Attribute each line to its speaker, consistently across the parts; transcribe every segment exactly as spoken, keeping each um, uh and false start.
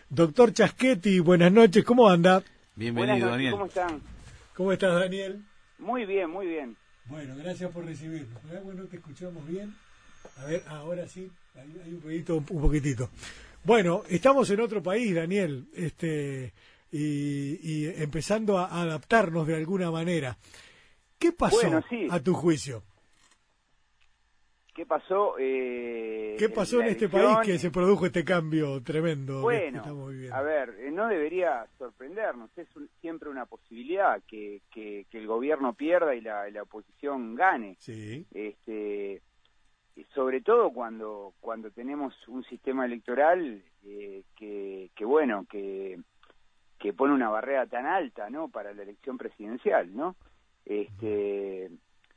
Speaker 1: Doctor Chaschetti, buenas noches, ¿cómo anda?
Speaker 2: Bienvenido,
Speaker 3: Buenas noches,
Speaker 2: Daniel.
Speaker 3: ¿cómo están?
Speaker 1: ¿Cómo estás, Daniel?
Speaker 3: Muy bien, muy bien.
Speaker 1: Bueno, gracias por recibirnos. A ver, bueno, te escuchamos bien. A ver, ahora sí, hay, hay un poquitito, un poquitito. Bueno, estamos en otro país, Daniel, este, y, y empezando a adaptarnos de alguna manera. ¿Qué pasó
Speaker 3: Bueno, sí.
Speaker 1: a tu juicio?
Speaker 3: ¿Qué pasó? Eh,
Speaker 1: ¿Qué pasó en este
Speaker 3: elección...
Speaker 1: país que se produjo este cambio tremendo
Speaker 3: bueno,
Speaker 1: que estamos viviendo?
Speaker 3: A ver, eh, no debería sorprendernos, es un, siempre una posibilidad que, que, que el gobierno pierda y la, la oposición gane.
Speaker 1: Sí.
Speaker 3: Este, sobre todo cuando cuando tenemos un sistema electoral eh, que, que, bueno, que, que pone una barrera tan alta, ¿no?, para la elección presidencial, ¿no? Este...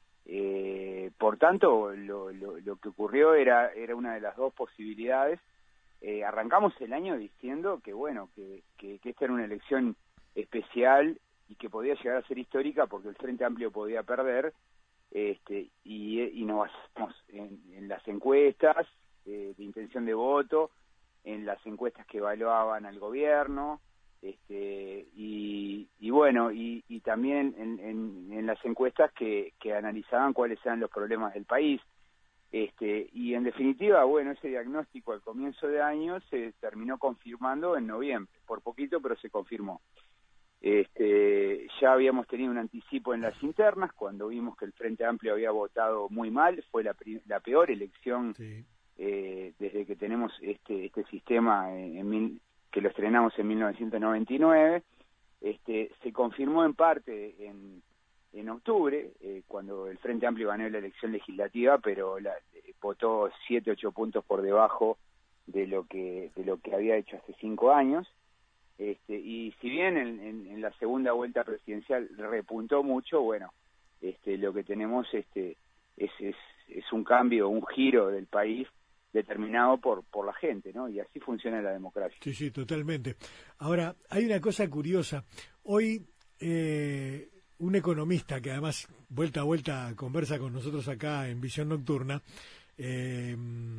Speaker 3: Eh, por tanto, lo, lo, lo que ocurrió era era una de las dos posibilidades. Eh, arrancamos el año diciendo que, bueno, que, que, que esta era una elección especial y que podía llegar a ser histórica porque el Frente Amplio podía perder, este, y, y nos basamos en, en las encuestas eh, de intención de voto, en las encuestas que evaluaban al gobierno, este y, y bueno y, y también en, en, en las encuestas que, que analizaban cuáles eran los problemas del país, este y en definitiva, bueno, ese diagnóstico al comienzo de año se terminó confirmando en noviembre, por poquito, pero se confirmó. Este ya habíamos tenido un anticipo en las internas cuando vimos que el Frente Amplio había votado muy mal, fue la, la peor elección, sí. eh, desde que tenemos este este sistema en, en mil que lo estrenamos en mil novecientos noventa y nueve, este, se confirmó en parte en, en octubre, eh, cuando el Frente Amplio ganó la elección legislativa, pero la, eh, votó siete, ocho puntos por debajo de lo que de lo que había hecho hace cinco años, este, y si bien en, en, en la segunda vuelta presidencial repuntó mucho, bueno, este, lo que tenemos este, es, es, es un cambio, un giro del país determinado por por la gente, ¿no? Y así funciona la democracia.
Speaker 1: Sí, sí, totalmente. Ahora, hay una cosa curiosa. Hoy, eh, un economista que además, vuelta a vuelta, conversa con nosotros acá en Visión Nocturna, eh,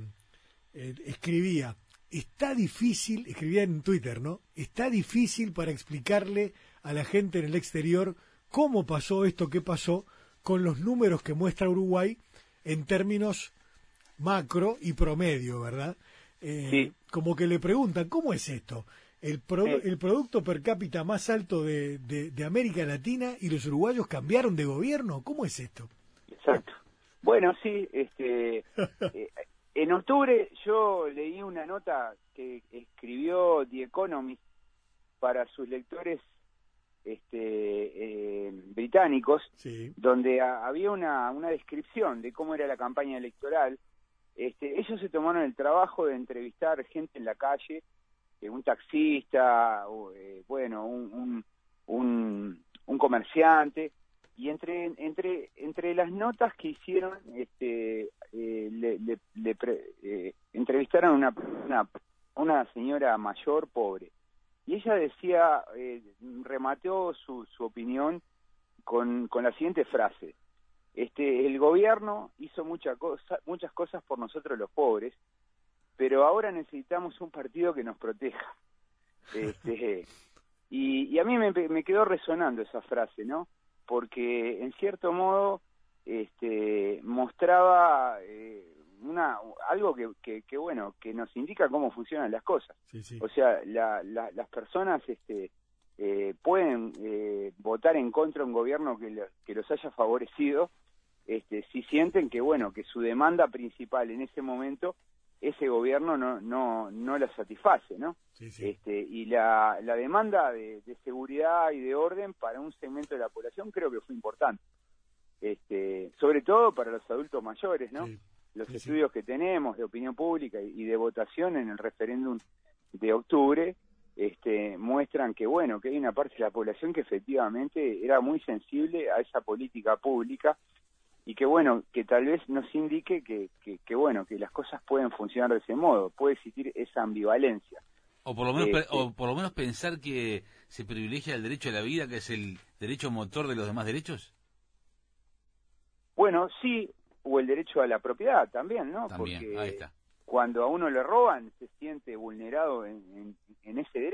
Speaker 1: eh, escribía, está difícil, escribía en Twitter, ¿no? Está difícil para explicarle a la gente en el exterior cómo pasó esto que pasó con los números que muestra Uruguay en términos macro y promedio, ¿verdad? Eh,
Speaker 3: sí.
Speaker 1: Como que le preguntan, ¿cómo es esto? El, pro, eh. el producto per cápita más alto de, de, de América Latina y los uruguayos cambiaron de gobierno, ¿cómo es esto?
Speaker 3: Exacto. Bueno, sí, este, eh, en octubre yo leí una nota que escribió The Economist para sus lectores este, eh, británicos, sí. donde a, había una, una descripción de cómo era la campaña electoral. Este, ellos se tomaron el trabajo de entrevistar gente en la calle, eh, un taxista, eh, bueno, un, un, un, un comerciante, y entre entre entre las notas que hicieron, este, eh, le, le, le pre, eh, entrevistaron a una, una, una señora mayor pobre, y ella decía, eh, remateó su, su opinión con, con la siguiente frase: Este, el gobierno hizo mucha cosa, muchas cosas por nosotros los pobres, pero ahora necesitamos un partido que nos proteja. Este, y, y a mí me, me quedó resonando esa frase, ¿no? Porque en cierto modo este, mostraba eh, una algo que, que, que, bueno, que nos indica cómo funcionan las cosas. Sí, sí. O sea, la, la, las personas este, eh, pueden eh, votar en contra de un gobierno que, lo, que los haya favorecido, Este, si sienten que, bueno, que su demanda principal en ese momento ese gobierno no no no la satisface, ¿no? Sí, sí. Este, y la, la demanda de, de seguridad y de orden para un segmento de la población creo que fue importante, este, sobre todo para los adultos mayores, ¿no? Sí, los sí, estudios sí. que tenemos de opinión pública y, y de votación en el referéndum de octubre este, muestran que, bueno, que hay una parte de la población que efectivamente era muy sensible a esa política pública, y que, bueno, que tal vez nos indique que, que, que bueno, que las cosas pueden funcionar de ese modo, puede existir esa ambivalencia.
Speaker 2: O por lo menos
Speaker 3: este,
Speaker 2: o por lo menos pensar que se privilegia el derecho a la vida, que es el derecho motor de los demás derechos.
Speaker 3: Bueno, sí, o el derecho a la propiedad también, ¿no?
Speaker 2: También,
Speaker 3: porque
Speaker 2: ahí está.
Speaker 3: Cuando a uno le roban, se siente vulnerado en, en, en ese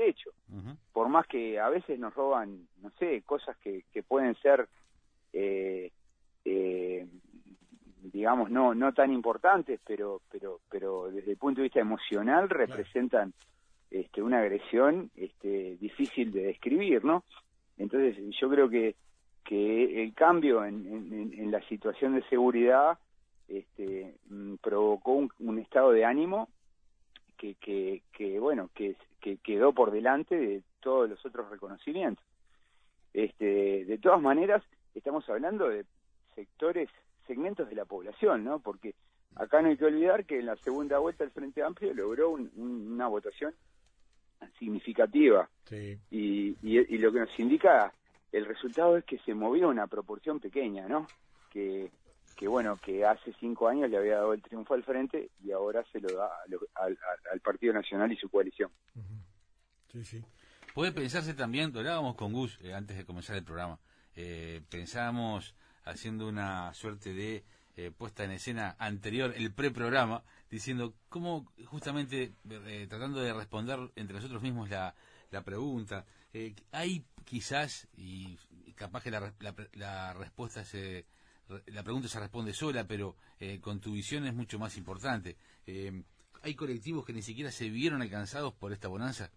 Speaker 3: por más que a veces nos roban, no sé, cosas que, que pueden ser, eh, eh, digamos, no no tan importantes, pero pero pero desde el punto de vista emocional representan este, una agresión este, difícil de describir, ¿no? Entonces yo creo que que el cambio en, en, en la situación de seguridad este, provocó un, un estado de ánimo que, que, que bueno, que, que quedó por delante de todos los otros reconocimientos. Este, de todas maneras, estamos hablando de sectores, segmentos de la población, ¿no? Porque acá no hay que olvidar que en la segunda vuelta el Frente Amplio logró un, un, una votación significativa.
Speaker 1: Sí.
Speaker 3: Y, y, y lo que nos indica el resultado es que se movió una proporción pequeña, ¿no? Que, que bueno, que hace cinco años le había dado el triunfo al Frente y ahora se lo da a lo, al, al Partido Nacional y su coalición.
Speaker 1: Uh-huh. Sí, sí.
Speaker 2: Puede pensarse también, lo hablábamos con Gus eh, antes de comenzar el programa, eh, pensábamos haciendo una suerte de eh, puesta en escena anterior, el preprograma, diciendo cómo justamente eh, tratando de responder entre nosotros mismos la, la pregunta, eh, hay quizás, y capaz que la, la, la respuesta se, la pregunta se responde sola, pero eh, con tu visión es mucho más importante. Eh, ¿Hay colectivos que ni siquiera se vieron alcanzados por esta bonanza?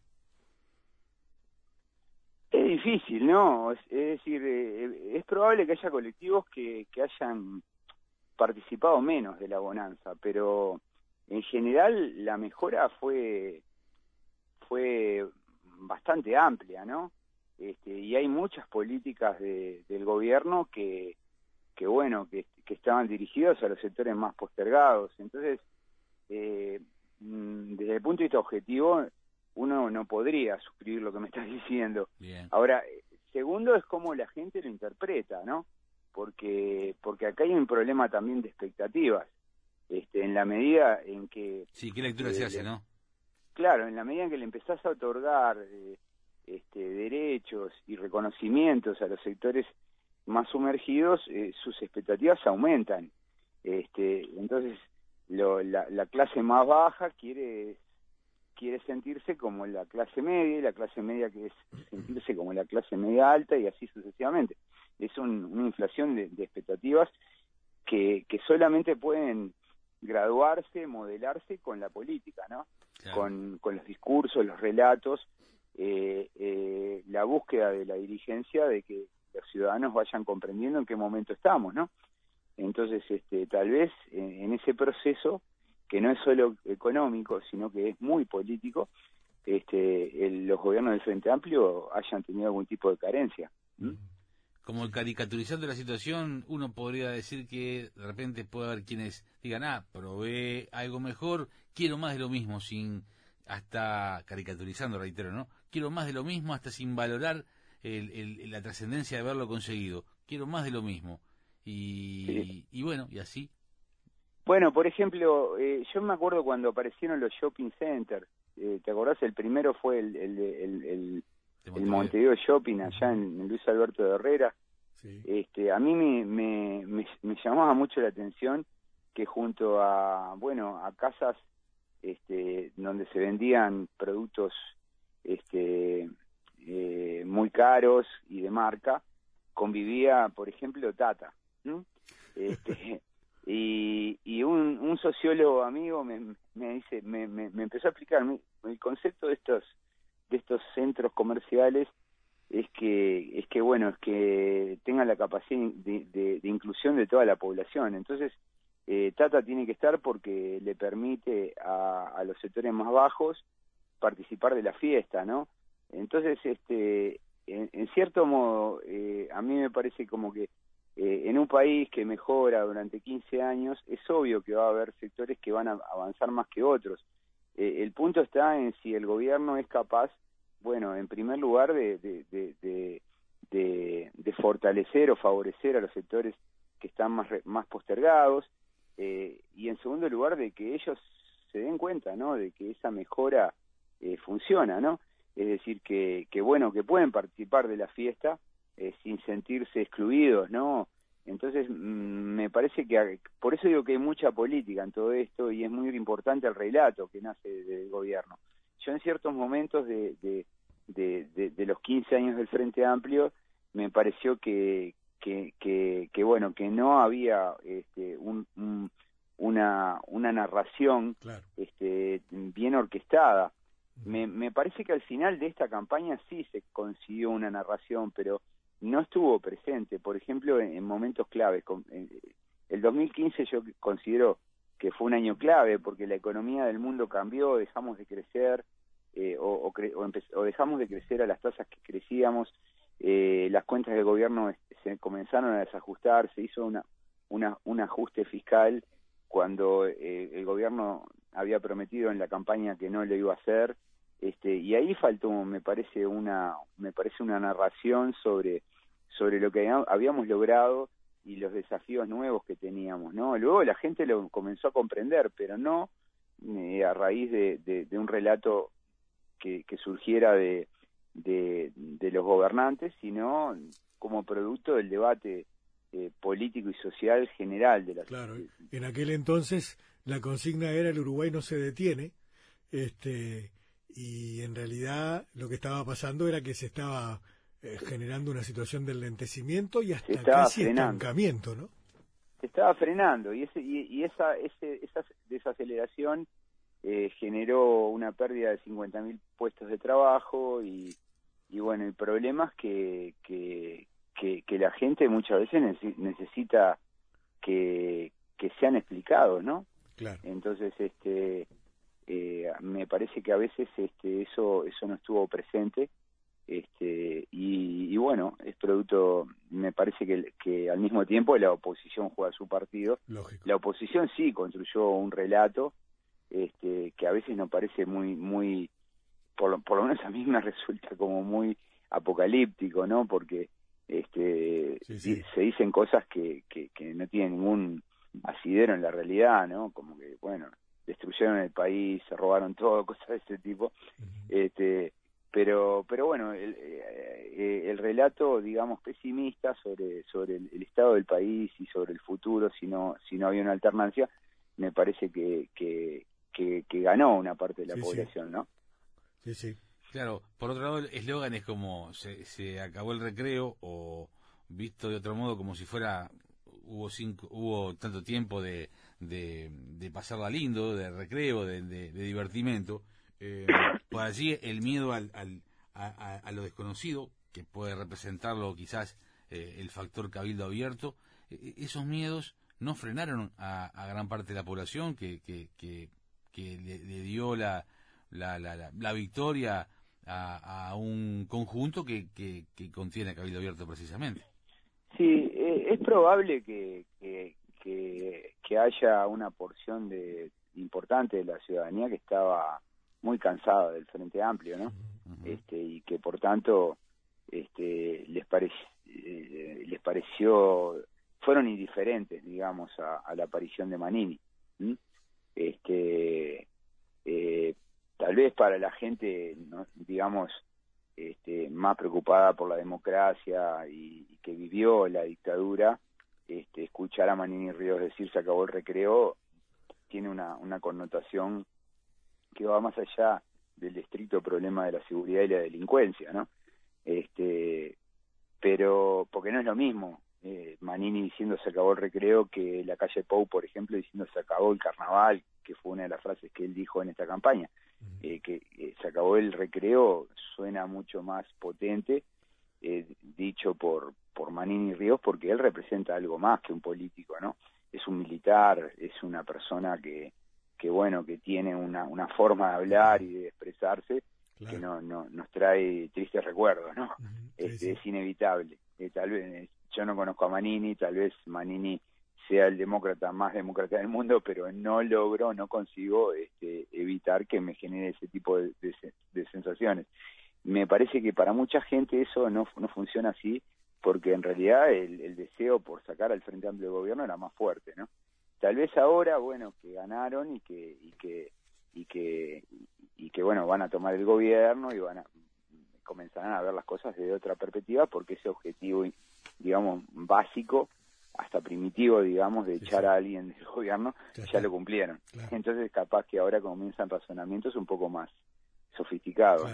Speaker 3: Es difícil, ¿no? Es, es decir, eh, es probable que haya colectivos que, que hayan participado menos de la bonanza, pero en general la mejora fue fue bastante amplia, ¿no? Este, y hay muchas políticas de, del gobierno que, que bueno, que, que estaban dirigidas a los sectores más postergados. Entonces, eh, desde el punto de vista objetivo, uno no podría suscribir lo que me estás diciendo.
Speaker 2: Bien.
Speaker 3: Ahora, segundo es cómo la gente lo interpreta, ¿no? Porque porque acá hay un problema también de expectativas. Este, en la medida en que...
Speaker 2: Sí, ¿qué lectura
Speaker 3: eh,
Speaker 2: se hace, no?
Speaker 3: Claro, en la medida en que le empezás a otorgar eh, este, derechos y reconocimientos a los sectores más sumergidos, eh, sus expectativas aumentan. Este, entonces, lo, la, la clase más baja quiere quiere sentirse como la clase media, y la clase media quiere sentirse como la clase media alta, y así sucesivamente. Es un, una inflación de, de expectativas que, que solamente pueden graduarse, modelarse con la política, ¿no? Claro. Con, con los discursos, los relatos, eh, eh, la búsqueda de la dirigencia de que los ciudadanos vayan comprendiendo en qué momento estamos, ¿no? Entonces, este, tal vez en, en ese proceso, que no es solo económico, sino que es muy político, este, el, los gobiernos del Frente Amplio hayan tenido algún tipo de carencia. ¿Mm?
Speaker 2: Como caricaturizando la situación, uno podría decir que de repente puede haber quienes digan, ah, probé algo mejor, quiero más de lo mismo, sin, hasta caricaturizando, reitero, ¿no? Quiero más de lo mismo hasta sin valorar el, el, la trascendencia de haberlo conseguido. Quiero más de lo mismo. Y, sí. y bueno, y así.
Speaker 3: Bueno, por ejemplo, eh, yo me acuerdo cuando aparecieron los shopping centers. Eh, ¿Te acordás? El primero fue el, el, el, el, el Montevideo Shopping allá en, en Luis Alberto de Herrera. Sí. Este, a mí me, me, me, me llamaba mucho la atención que junto a, bueno, a casas este, donde se vendían productos este, eh, muy caros y de marca, convivía, por ejemplo, Tata. ¿no? Este, y, y un, un sociólogo amigo me, me dice, me, me, me empezó a explicar el concepto de estos de estos centros comerciales es que es que bueno es que tengan la capacidad de, de, de inclusión de toda la población. Entonces eh, Tata tiene que estar porque le permite a, a los sectores más bajos participar de la fiesta, ¿no? Entonces este en, en cierto modo eh, a mí me parece como que eh, en un país que mejora durante quince años es obvio que va a haber sectores que van a avanzar más que otros. Eh, el punto está en si el gobierno es capaz, bueno, en primer lugar de, de, de, de, de, de fortalecer o favorecer a los sectores que están más más postergados, eh, y en segundo lugar de que ellos se den cuenta, ¿no? De que esa mejora eh, funciona, ¿no? Es decir, que, que bueno, que pueden participar de la fiesta eh, sin sentirse excluidos, ¿no? Entonces, mmm, me parece que, por eso digo que hay mucha política en todo esto y es muy importante el relato que nace del gobierno. Yo en ciertos momentos de, de, de, de, de los quince años del Frente Amplio, me pareció que, que, que, que bueno, que no había este, un, un, una, una narración
Speaker 1: claro.
Speaker 3: este, bien orquestada. Me, me parece que al final de esta campaña sí se consiguió una narración, pero no estuvo presente, por ejemplo, en, en momentos claves. El dos mil quince yo considero que fue un año clave, porque la economía del mundo cambió, dejamos de crecer, eh, o, o, cre o, o dejamos de crecer a las tasas que crecíamos, eh, las cuentas del gobierno se comenzaron a desajustar, se hizo una, una, un ajuste fiscal cuando eh, el gobierno había prometido en la campaña que no lo iba a hacer, este, y ahí faltó, me parece una, me parece una narración sobre, sobre lo que habíamos logrado y los desafíos nuevos que teníamos, ¿no? Luego la gente lo comenzó a comprender, pero no eh, a raíz de, de, de un relato que, que surgiera de, de, de los gobernantes, sino como producto del debate eh, político y social general de la
Speaker 1: Claro,
Speaker 3: sociedad.
Speaker 1: En aquel entonces la consigna era el Uruguay no se detiene, este, y en realidad lo que estaba pasando era que se estaba eh, generando una situación de lentecimiento y hasta casi
Speaker 3: frenando.
Speaker 1: estancamiento, ¿no?
Speaker 3: Se estaba frenando y ese y, y esa ese, esa desaceleración eh, generó una pérdida de cincuenta mil puestos de trabajo y, y bueno, el problema es que, que, que, que la gente muchas veces necesita que, que sean explicados, ¿no?
Speaker 1: Claro.
Speaker 3: Entonces, este eh, me parece que a veces este eso eso no estuvo presente, este y, y bueno, es producto, me parece que, que al mismo tiempo la oposición juega su partido.
Speaker 1: Lógico.
Speaker 3: La oposición sí construyó un relato este que a veces nos parece muy muy por lo, por lo menos a mí me resulta como muy apocalíptico, ¿no? Porque este
Speaker 1: sí, sí.
Speaker 3: se dicen cosas que, que, que no tienen ningún asidero en la realidad, ¿no? Como que, bueno, destruyeron el país, se robaron todo, cosas de ese tipo. Uh-huh. este pero pero bueno, el, eh, el relato, digamos, pesimista sobre sobre el, el estado del país y sobre el futuro, si no si no había una alternancia, me parece que que, que, que ganó una parte de la sí, población, sí. ¿no?
Speaker 1: Sí, sí.
Speaker 2: Claro, por otro lado, el eslogan es como se, se acabó el recreo, o visto de otro modo como si fuera hubo cinco, hubo tanto tiempo de, de, de pasarla lindo, de recreo, de, de, de divertimento. Eh, por allí el miedo al, al, a, a lo desconocido, que puede representarlo quizás eh, el factor cabildo abierto, eh, esos miedos no frenaron a, a gran parte de la población que, que, que, que le, le dio la, la, la, la, la victoria a, a un conjunto que, que, que contiene cabildo abierto precisamente.
Speaker 3: Sí, eh, es probable que, que, que, que haya una porción de importante de la ciudadanía que estaba muy cansada del Frente Amplio, ¿no? Uh-huh. Este y que por tanto este les parec eh, les pareció fueron indiferentes, digamos, a, a la aparición de Manini. ¿Mm? Este eh, tal vez para la gente, ¿no? digamos, este, más preocupada por la democracia y, y que vivió la dictadura, este, escuchar a Manini Ríos decir se acabó el recreo tiene una, una connotación que va más allá del estricto problema de la seguridad y la delincuencia, ¿no? Este, pero porque no es lo mismo eh, Manini diciendo se acabó el recreo que la calle Pou, por ejemplo, diciendo se acabó el carnaval, que fue una de las frases que él dijo en esta campaña. Eh, que eh, se acabó el recreo suena mucho más potente, eh, dicho por por Manini Ríos, porque él representa algo más que un político, ¿no? Es un militar, es una persona que que bueno, que tiene una una forma de hablar y de expresarse, claro, que no no nos trae tristes recuerdos, ¿no? Uh-huh. Sí, este, sí. Es inevitable. Eh, tal vez yo no conozco a Manini, tal vez Manini sea el demócrata más demócrata del mundo, pero no logro, no consigo este, evitar que me genere ese tipo de, de, de sensaciones. Me parece que para mucha gente eso no, no funciona así, porque en realidad el, el deseo por sacar al Frente Amplio del gobierno era más fuerte, ¿no? Tal vez ahora, bueno, que ganaron y que y que y que y que bueno, van a tomar el gobierno y van a comenzarán a ver las cosas desde otra perspectiva, porque ese objetivo, digamos, básico, hasta primitivo, digamos, de sí, echar sí. a alguien del gobierno, ya, ya lo cumplieron. Claro. Entonces, capaz que ahora comienzan razonamientos un poco más sofisticados,
Speaker 1: claro.
Speaker 3: ¿no?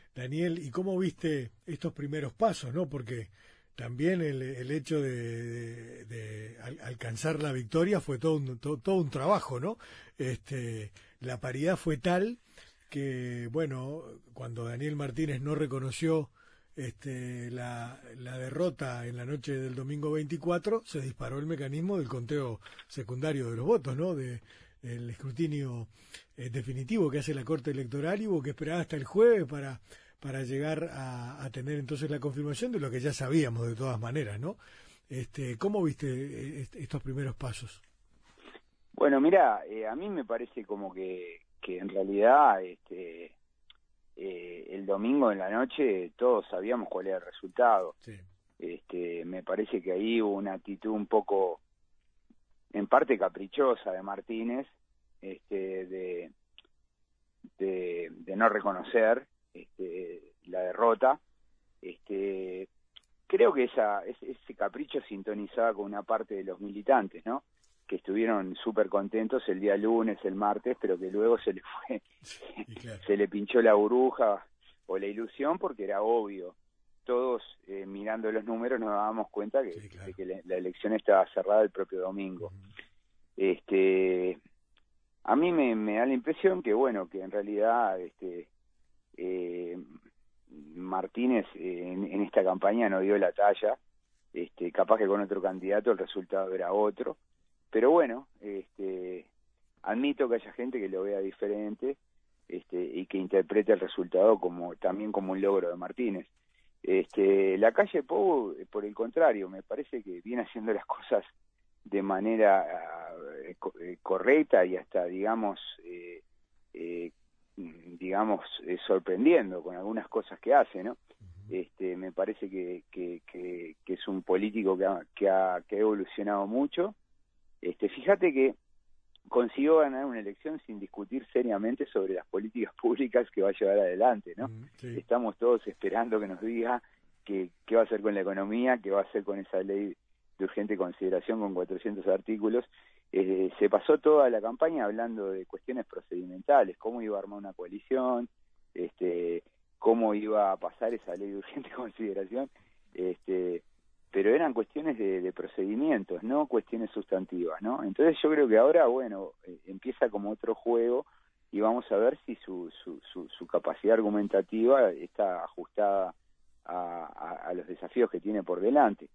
Speaker 1: Daniel, ¿y cómo viste estos primeros pasos, no? Porque también el, el hecho de, de, de al, alcanzar la victoria fue todo un, todo, todo un trabajo, ¿no? Este, la paridad fue tal que, bueno, cuando Daniel Martínez no reconoció este, la, la derrota en la noche del domingo veinticuatro, se disparó el mecanismo del conteo secundario de los votos, ¿no? De, el escrutinio eh, definitivo que hace la Corte Electoral, y hubo que esperar hasta el jueves para para llegar a, a tener entonces la confirmación de lo que ya sabíamos de todas maneras, ¿no? Este, ¿cómo viste est estos primeros pasos?
Speaker 3: Bueno, mira, eh, a mí me parece como que, que en realidad este, eh, el domingo en la noche todos sabíamos cuál era el resultado.
Speaker 1: Sí.
Speaker 3: Este, me parece que ahí hubo una actitud un poco, en parte caprichosa de Martínez, este, de, de, de no reconocer este, la derrota. Este, creo que esa, ese, ese capricho sintonizaba con una parte de los militantes, ¿no? Que estuvieron súper contentos el día lunes, el martes, pero que luego se le fue, claro, se le pinchó la burbuja o la ilusión, porque era obvio. Todos eh, mirando los números nos dábamos cuenta que, sí, claro, de que la, la elección estaba cerrada el propio domingo. Uh-huh. Este, a mí me, me da la impresión que, bueno, que en realidad este, eh, Martínez eh, en, en esta campaña no dio la talla. Este, capaz que con otro candidato el resultado era otro. Pero bueno, este, admito que haya gente que lo vea diferente este, y que interprete el resultado como también como un logro de Martínez. Este, la calle Pou, por el contrario, me parece que viene haciendo las cosas de manera uh, co correcta y hasta, digamos, eh, eh, digamos, eh, sorprendiendo con algunas cosas que hace, ¿no? Este, me parece que, que, que, que es un político que ha, que ha, que ha evolucionado mucho. Este, fíjate que consiguió ganar una elección sin discutir seriamente sobre las políticas públicas que va a llevar adelante, ¿no? Sí. Estamos todos esperando que nos diga que, qué va a hacer con la economía, qué va a hacer con esa ley de urgente consideración con cuatrocientos artículos. Eh, se pasó toda la campaña hablando de cuestiones procedimentales, cómo iba a armar una coalición, este, cómo iba a pasar esa ley de urgente consideración, este, pero eran cuestiones de, de procedimientos, no cuestiones sustantivas, ¿no? Entonces yo creo que ahora, bueno, eh, empieza como otro juego y vamos a ver si su, su, su, su capacidad argumentativa está ajustada a, a, a los desafíos que tiene por delante.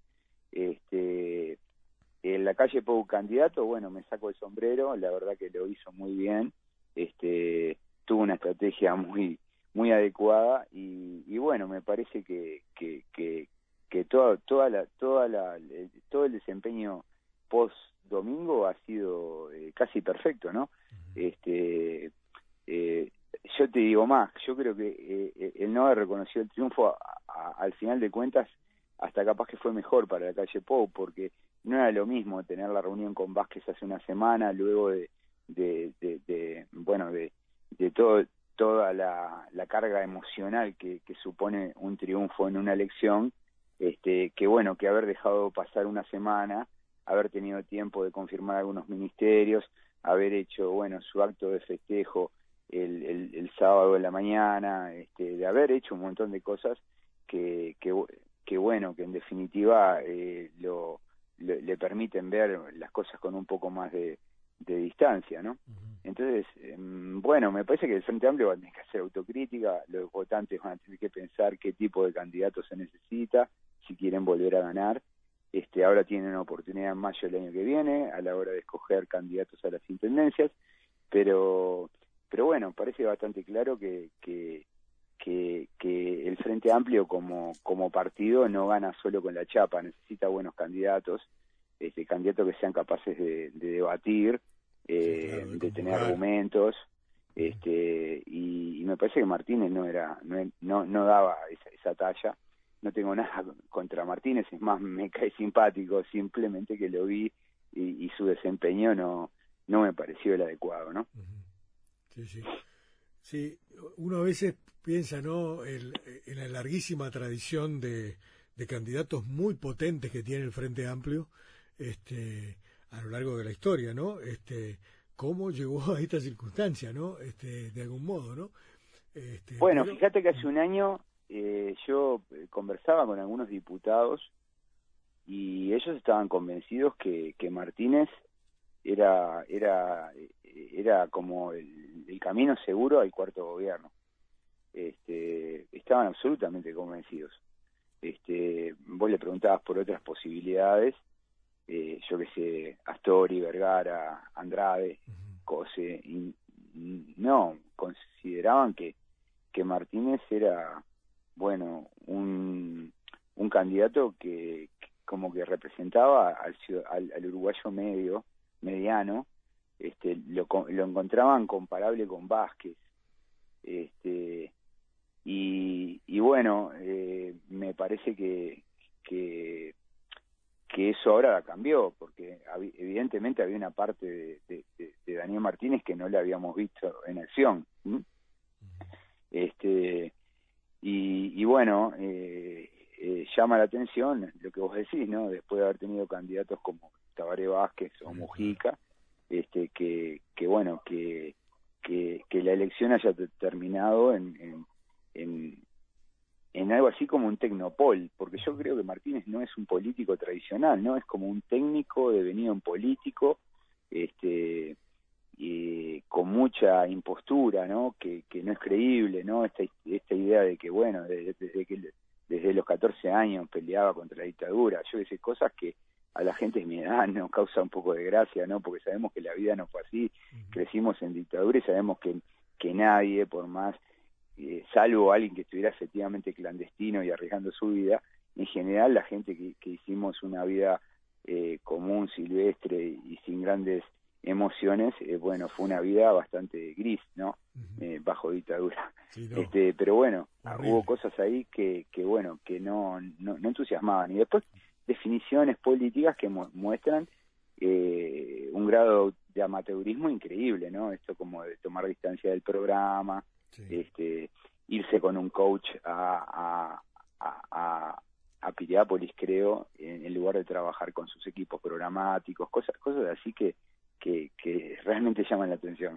Speaker 3: Este, en la calle Pou candidato, bueno, me saco el sombrero, la verdad que lo hizo muy bien, este, tuvo una estrategia muy muy adecuada y, y bueno, me parece que que, que que toda toda la toda la el, todo el desempeño post domingo ha sido eh, casi perfecto, ¿no? Uh-huh. Este eh, yo te digo más, yo creo que eh, el no haber reconocido el triunfo a, a, al final de cuentas hasta capaz que fue mejor para la calle Pou, porque no era lo mismo tener la reunión con Vázquez hace una semana luego de de, de, de bueno de, de todo toda la, la carga emocional que, que supone un triunfo en una elección. Este, que bueno, que haber dejado pasar una semana, haber tenido tiempo de confirmar algunos ministerios, haber hecho, bueno, su acto de festejo el, el, el sábado de la mañana, este, de haber hecho un montón de cosas que, que, que bueno, que en definitiva eh, lo, lo, le permiten ver las cosas con un poco más de, de distancia, ¿no? Uh-huh. Entonces, eh, bueno, me parece que el Frente Amplio va a tener que hacer autocrítica, los votantes van a tener que pensar qué tipo de candidato se necesita, si quieren volver a ganar. Este, ahora tienen una oportunidad en mayo del año que viene a la hora de escoger candidatos a las intendencias, pero pero bueno, parece bastante claro que que, que, que el Frente Amplio como, como partido no gana solo con la chapa, necesita buenos candidatos, este, candidatos que sean capaces de, de debatir, eh, sí, claro, de, de tener argumentos, este, y, y me parece que Martínez no era no no, no daba esa, esa talla. No tengo nada contra Martínez, es más, me cae simpático, simplemente que lo vi y, y su desempeño no no me pareció el adecuado, ¿no?
Speaker 1: Sí, sí. Sí, uno a veces piensa, ¿no?, el, en la larguísima tradición de, de candidatos muy potentes que tiene el Frente Amplio este, a lo largo de la historia, ¿no? Este, cómo llegó a esta circunstancia, ¿no? Este, de algún modo, ¿no? Este,
Speaker 3: bueno,
Speaker 1: pero...
Speaker 3: fíjate que hace un año eh, yo conversaba con algunos diputados y ellos estaban convencidos que, que Martínez era era era como el, el camino seguro al cuarto gobierno. Este, estaban absolutamente convencidos. Este, vos le preguntabas por otras posibilidades, eh, yo qué sé, Astori, Vergara, Andrade, uh-huh. Cose, y, y no, consideraban que, que Martínez era, bueno, un, un candidato que, que como que representaba al, al, al uruguayo medio, mediano, este, lo, lo encontraban comparable con Vázquez, este, y, y bueno, eh, me parece que, que que eso ahora cambió, porque evidentemente había una parte de, de, de, de Daniel Martínez que no le habíamos visto en acción. ¿Mm? Este y, y bueno, eh, eh, llama la atención lo que vos decís, ¿no? Después de haber tenido candidatos como Tabaré Vázquez o Mujica, este que, que bueno, que, que, que la elección haya terminado en, en, en en algo así como un tecnopol, porque yo creo que Martínez no es un político tradicional, ¿no? Es como un técnico devenido en político, este, y con mucha impostura, ¿no? Que, que no es creíble, ¿no? Esta, esta idea de que, bueno, desde, desde que desde los catorce años peleaba contra la dictadura, yo sé, cosas que a la gente de mi edad nos causa un poco de gracia, ¿no? Porque sabemos que la vida no fue así, crecimos en dictadura y sabemos que, que nadie, por más... Eh, salvo alguien que estuviera efectivamente clandestino y arriesgando su vida, en general la gente que, que hicimos una vida eh, común, silvestre y sin grandes emociones, eh, bueno, fue una vida bastante gris, ¿no? Uh-huh. Eh, bajo dictadura. Sí, no. Este, pero bueno, horrible. Hubo cosas ahí que, que bueno, que no, no, no entusiasmaban. Y después definiciones políticas que mu- muestran eh, un grado de amateurismo increíble, ¿no? Esto como de tomar distancia del programa, sí. este irse con un coach a, a, a, a Piriápolis, creo, en, en lugar de trabajar con sus equipos programáticos, cosas cosas así que, que, que realmente llaman la atención.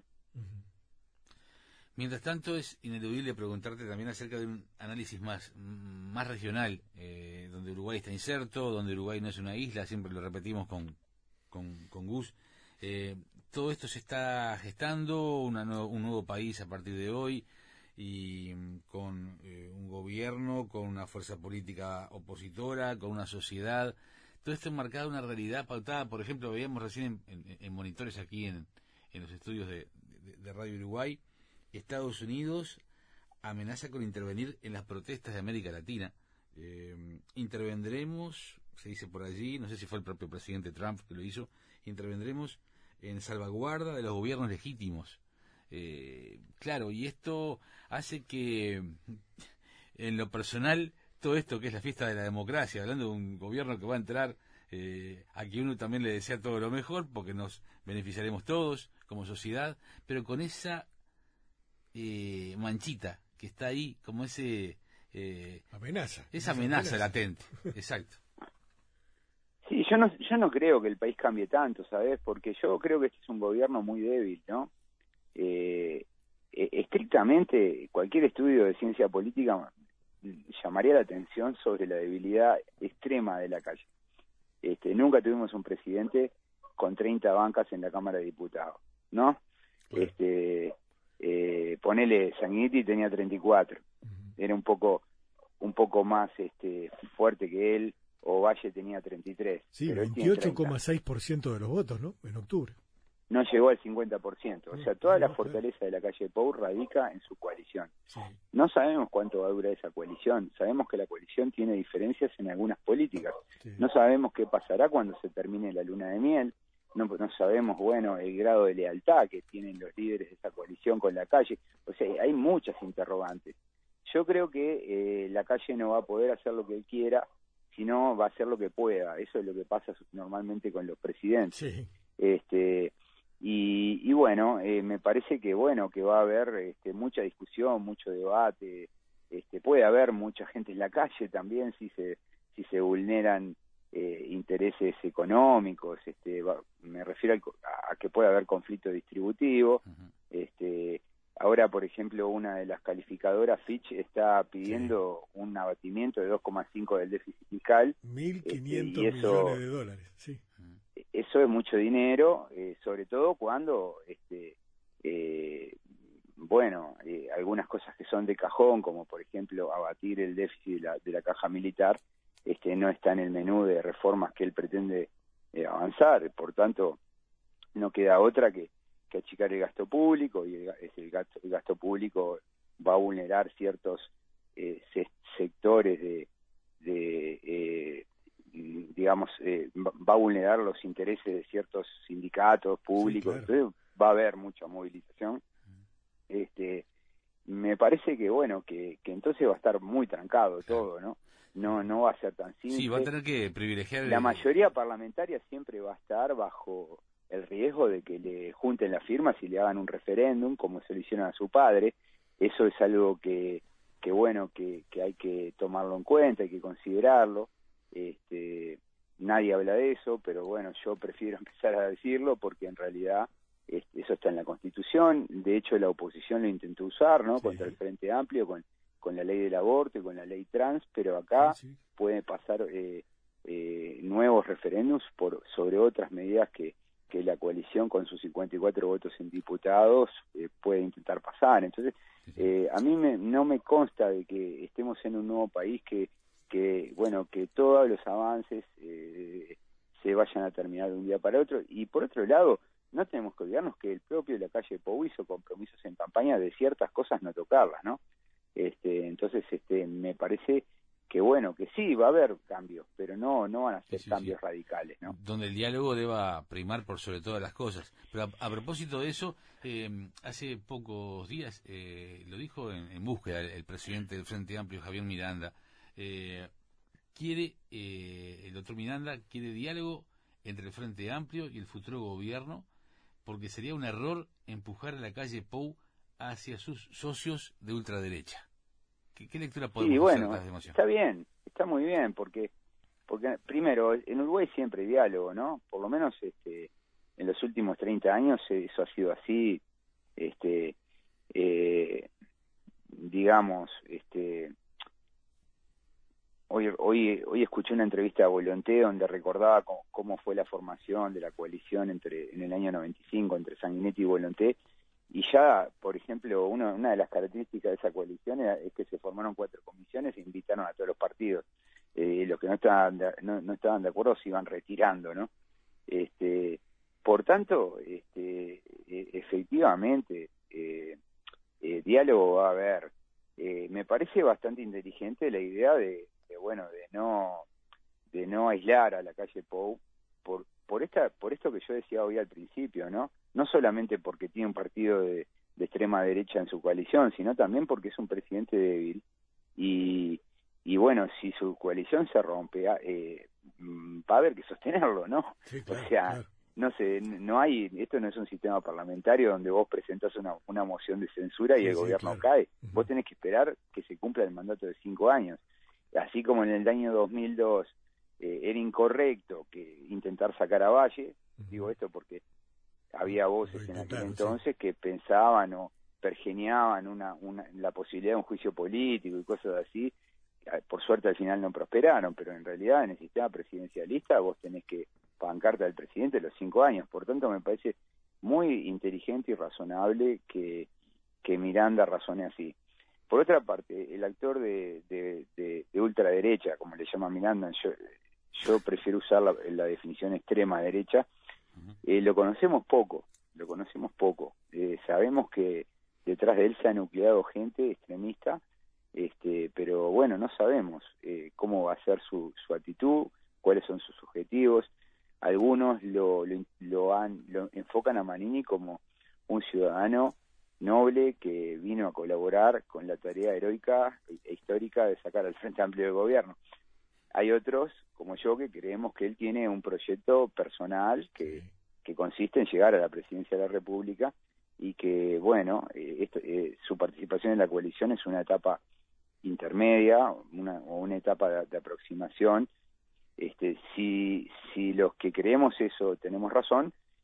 Speaker 2: Mientras tanto, es ineludible preguntarte también acerca de un análisis más, más regional, eh, donde Uruguay está inserto, donde Uruguay no es una isla, siempre lo repetimos con, con, con Gus. Eh, todo esto se está gestando, una no, un nuevo país a partir de hoy, y con eh, un gobierno, con una fuerza política opositora, con una sociedad. Todo esto enmarcado en una realidad pautada. Por ejemplo, veíamos recién en, en, en monitores aquí en, en los estudios de, de, de Radio Uruguay, Estados Unidos amenaza con intervenir en las protestas de América Latina. Eh, intervendremos, se dice por allí, no sé si fue el propio presidente Trump que lo hizo, intervendremos en salvaguarda de los gobiernos legítimos. Eh, claro, y esto hace que, en lo personal, todo esto que es la fiesta de la democracia, hablando de un gobierno que va a entrar, eh, a quien uno también le desea todo lo mejor, porque nos beneficiaremos todos como sociedad, pero con esa eh, manchita que está ahí, como ese... Eh,
Speaker 1: amenaza.
Speaker 2: Esa amenaza, amenaza latente, exacto.
Speaker 3: Sí, yo no, yo no creo que el país cambie tanto, ¿sabes? Porque yo creo que este es un gobierno muy débil, ¿no? Eh, eh, estrictamente, cualquier estudio de ciencia política llamaría la atención sobre la debilidad extrema de la calle. Este, nunca tuvimos un presidente con treinta bancas en la Cámara de Diputados, ¿no? Bueno. Este, eh, ponele, Sanguinetti tenía treinta y cuatro, uh-huh. Era un poco, un poco más este, fuerte que él. O Valle tenía treinta y tres.
Speaker 1: Sí, veintiocho coma seis por ciento de los votos, ¿no? En octubre.
Speaker 3: No llegó al cincuenta por ciento. O sea, toda la fortaleza de la calle Pou radica en su coalición. Sí. No sabemos cuánto va a durar esa coalición. Sabemos que la coalición tiene diferencias en algunas políticas. Sí. No sabemos qué pasará cuando se termine la luna de miel. No, no sabemos, bueno, el grado de lealtad que tienen los líderes de esa coalición con la calle. O sea, hay muchas interrogantes. Yo creo que eh, la calle no va a poder hacer lo que él quiera, sino va a hacer lo que pueda. Eso es lo que pasa normalmente con los presidentes. Sí. Este y, y bueno, eh, me parece que bueno que va a haber este, mucha discusión, mucho debate. Este, puede haber mucha gente en la calle también si se si se vulneran eh, intereses económicos. Este, va, me refiero a, a que puede haber conflicto distributivo. Uh-huh. Este ahora, por ejemplo, una de las calificadoras, Fitch, está pidiendo sí. un abatimiento de dos coma cinco del déficit fiscal.
Speaker 1: mil quinientos este, millones de dólares, sí.
Speaker 3: Eso es mucho dinero, eh, sobre todo cuando, este, eh, bueno, eh, algunas cosas que son de cajón, como por ejemplo abatir el déficit de la, de la caja militar, este, no está en el menú de reformas que él pretende eh, avanzar. Por tanto, no queda otra que, que achicar el gasto público, y el, el, gasto, el gasto público va a vulnerar ciertos eh, se, sectores de, de eh, digamos, eh, va a vulnerar los intereses de ciertos sindicatos públicos, sí, claro. Entonces va a haber mucha movilización. Este, me parece que, bueno, que, que entonces va a estar muy trancado todo, ¿no? No no va a ser tan simple.
Speaker 2: Sí, va a tener que privilegiar...
Speaker 3: La mayoría parlamentaria siempre va a estar bajo el riesgo de que le junten las firmas y le hagan un referéndum, como se lo hicieron a su padre. Eso es algo que, que bueno, que, que hay que tomarlo en cuenta, hay que considerarlo. Este, nadie habla de eso, pero bueno, yo prefiero empezar a decirlo porque en realidad este, eso está en la Constitución. De hecho, la oposición lo intentó usar, ¿no? Sí. Contra el Frente Amplio, con, con la ley del aborto y con la ley trans, pero acá sí, sí. pueden pasar eh, eh, nuevos referéndums por, sobre otras medidas que, que la coalición con sus cincuenta y cuatro votos en diputados eh, puede intentar pasar. Entonces, eh, a mí me, no me consta de que estemos en un nuevo país que que bueno que todos los avances eh, se vayan a terminar de un día para otro. Y por otro lado, no tenemos que olvidarnos que el propio Lacalle Pou hizo compromisos en campaña de ciertas cosas no tocarlas, ¿no? Este, entonces este me parece que bueno, que sí va a haber cambios, pero no no van a ser sí, sí, cambios sí. radicales, ¿no?
Speaker 2: Donde el diálogo deba primar por sobre todas las cosas. Pero a, a propósito de eso, eh, hace pocos días eh, lo dijo en, en búsqueda el, el presidente del Frente Amplio, Javier Miranda. Eh, quiere eh, el doctor Miranda quiere diálogo entre el Frente Amplio y el futuro gobierno, porque sería un error empujar a Lacalle Pou hacia sus socios de ultraderecha. ¿Qué, qué lectura podemos
Speaker 3: sí, bueno,
Speaker 2: hacer de esta emoción?
Speaker 3: Está bien, está muy bien, porque porque primero, en Uruguay siempre hay diálogo, ¿no? Por lo menos este en los últimos treinta años eso ha sido así, este eh, digamos, este Hoy, hoy, hoy escuché una entrevista a Volonté donde recordaba cómo, cómo fue la formación de la coalición entre en el año noventa y cinco entre Sanguinetti y Volonté, y ya, por ejemplo, una, una de las características de esa coalición era, es que se formaron cuatro comisiones e invitaron a todos los partidos. Eh, los que no estaban de, no, no estaban de acuerdo se iban retirando, ¿no? Este, por tanto, este, e, efectivamente, eh, eh, diálogo va a haber. Eh, me parece bastante inteligente la idea de de bueno de no de no aislar a Lacalle Pou por por esta por esto que yo decía hoy al principio, no no solamente porque tiene un partido de, de extrema derecha en su coalición, sino también porque es un presidente débil y y bueno, si su coalición se rompe eh, va a haber que sostenerlo, ¿no?
Speaker 1: Sí, claro,
Speaker 3: o sea,
Speaker 1: claro.
Speaker 3: no sé, no hay, esto no es un sistema parlamentario donde vos presentás una, una moción de censura y sí, el sí, gobierno claro. cae. Uh-huh. Vos tenés que esperar que se cumpla el mandato de cinco años. Así como en el año dos mil dos eh, era incorrecto que intentar sacar a Valle, uh-huh. digo esto porque había voces en aquel entonces sí. que pensaban o pergeñaban una, una, la posibilidad de un juicio político y cosas así. Por suerte al final no prosperaron, pero en realidad en el sistema presidencialista vos tenés que bancarte al presidente los cinco años. Por tanto, me parece muy inteligente y razonable que, que Miranda razone así. Por otra parte, el actor de, de, de, de ultraderecha, como le llama Miranda, yo, yo prefiero usar la, la definición extrema derecha, eh, lo conocemos poco, lo conocemos poco. Eh, sabemos que detrás de él se ha nucleado gente extremista, este, pero bueno, no sabemos eh, cómo va a ser su, su actitud, cuáles son sus objetivos. Algunos lo, lo, lo, han, lo enfocan a Manini como un ciudadano noble que vino a colaborar con la tarea heroica e histórica de sacar al Frente Amplio del gobierno. Hay otros, como yo, que creemos que él tiene un proyecto personal que, que consiste en llegar a la presidencia de la República y que, bueno, eh, esto, eh, su participación en la coalición es una etapa intermedia una, o una etapa de, de aproximación. Este, si, si los que creemos eso tenemos razón,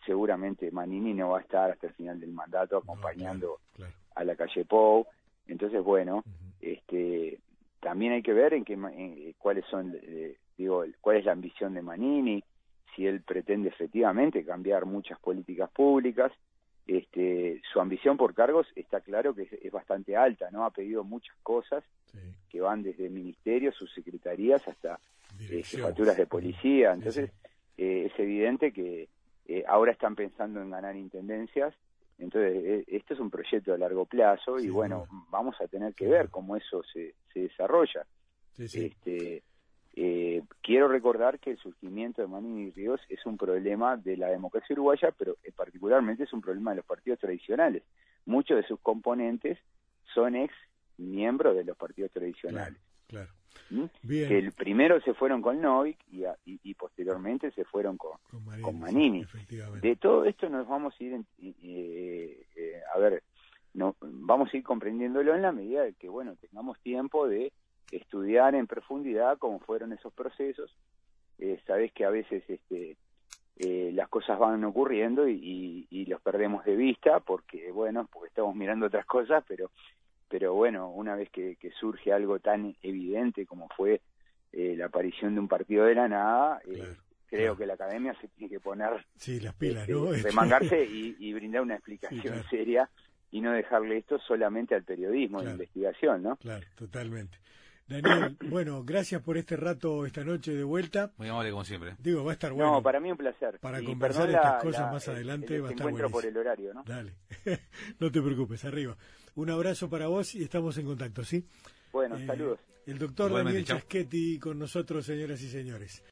Speaker 3: seguramente Manini no va a estar hasta el final del mandato acompañando
Speaker 1: no, claro, claro.
Speaker 3: a la calle Pou. Entonces, bueno,
Speaker 1: Uh-huh.
Speaker 3: este también hay que ver en qué en, cuáles son, eh, digo, cuál es la ambición de Manini, si él pretende efectivamente cambiar muchas políticas públicas. Este, su ambición por cargos está claro que es, es bastante alta, ¿no? Ha pedido muchas cosas, sí, que van desde ministerios, subsecretarías, hasta eh, jefaturas de policía. Entonces, sí, sí. Eh, es evidente que eh, ahora están pensando en ganar intendencias. Entonces, eh, esto es un proyecto de largo plazo, sí, y bueno, duda. Vamos a tener que sí, ver cómo eso se, se desarrolla. Sí, sí. Este, Eh, quiero recordar que el surgimiento de Manini Ríos es un problema de la democracia uruguaya, pero eh, particularmente es un problema de los partidos tradicionales. Muchos de sus componentes son ex miembros de los partidos tradicionales.
Speaker 1: Claro, claro.
Speaker 3: ¿Mm?
Speaker 1: Bien.
Speaker 3: Que el primero se fueron con Novik y, a, y, y posteriormente se fueron con, con Manini. Con Manini. Sí, de todo esto nos vamos a ir, en, eh, eh, a ver, no, vamos a ir comprendiéndolo en la medida de que, bueno, tengamos tiempo de estudiar en profundidad cómo fueron esos procesos. Eh, sabés que a veces este, eh, las cosas van ocurriendo y, y, y los perdemos de vista porque, bueno, porque estamos mirando otras cosas, pero pero bueno, una vez que, que surge algo tan evidente como fue eh, la aparición de un partido de la nada, eh, claro, creo claro. que la academia se tiene que poner,
Speaker 1: sí, las pilas,
Speaker 3: este,
Speaker 1: ¿no?
Speaker 3: remangarse y, y brindar una explicación sí, claro. seria y no dejarle esto solamente al periodismo
Speaker 1: claro.
Speaker 3: de investigación, ¿no?
Speaker 1: Claro, totalmente. Daniel, bueno, gracias por este rato, esta noche de vuelta.
Speaker 2: Muy amable como siempre.
Speaker 1: Digo, va a estar bueno.
Speaker 3: No, para mí un placer.
Speaker 1: Para
Speaker 3: y
Speaker 1: conversar
Speaker 3: la,
Speaker 1: estas cosas
Speaker 3: la,
Speaker 1: más adelante
Speaker 3: el, el
Speaker 1: va a estar
Speaker 3: encuentro
Speaker 1: buenísimo.
Speaker 3: por el horario, ¿no?
Speaker 1: Dale, no te preocupes, arriba. Un abrazo para vos y estamos en contacto, ¿sí?
Speaker 3: Bueno,
Speaker 1: eh,
Speaker 3: saludos.
Speaker 1: El doctor Daniel Chaschetti con nosotros, señoras y señores.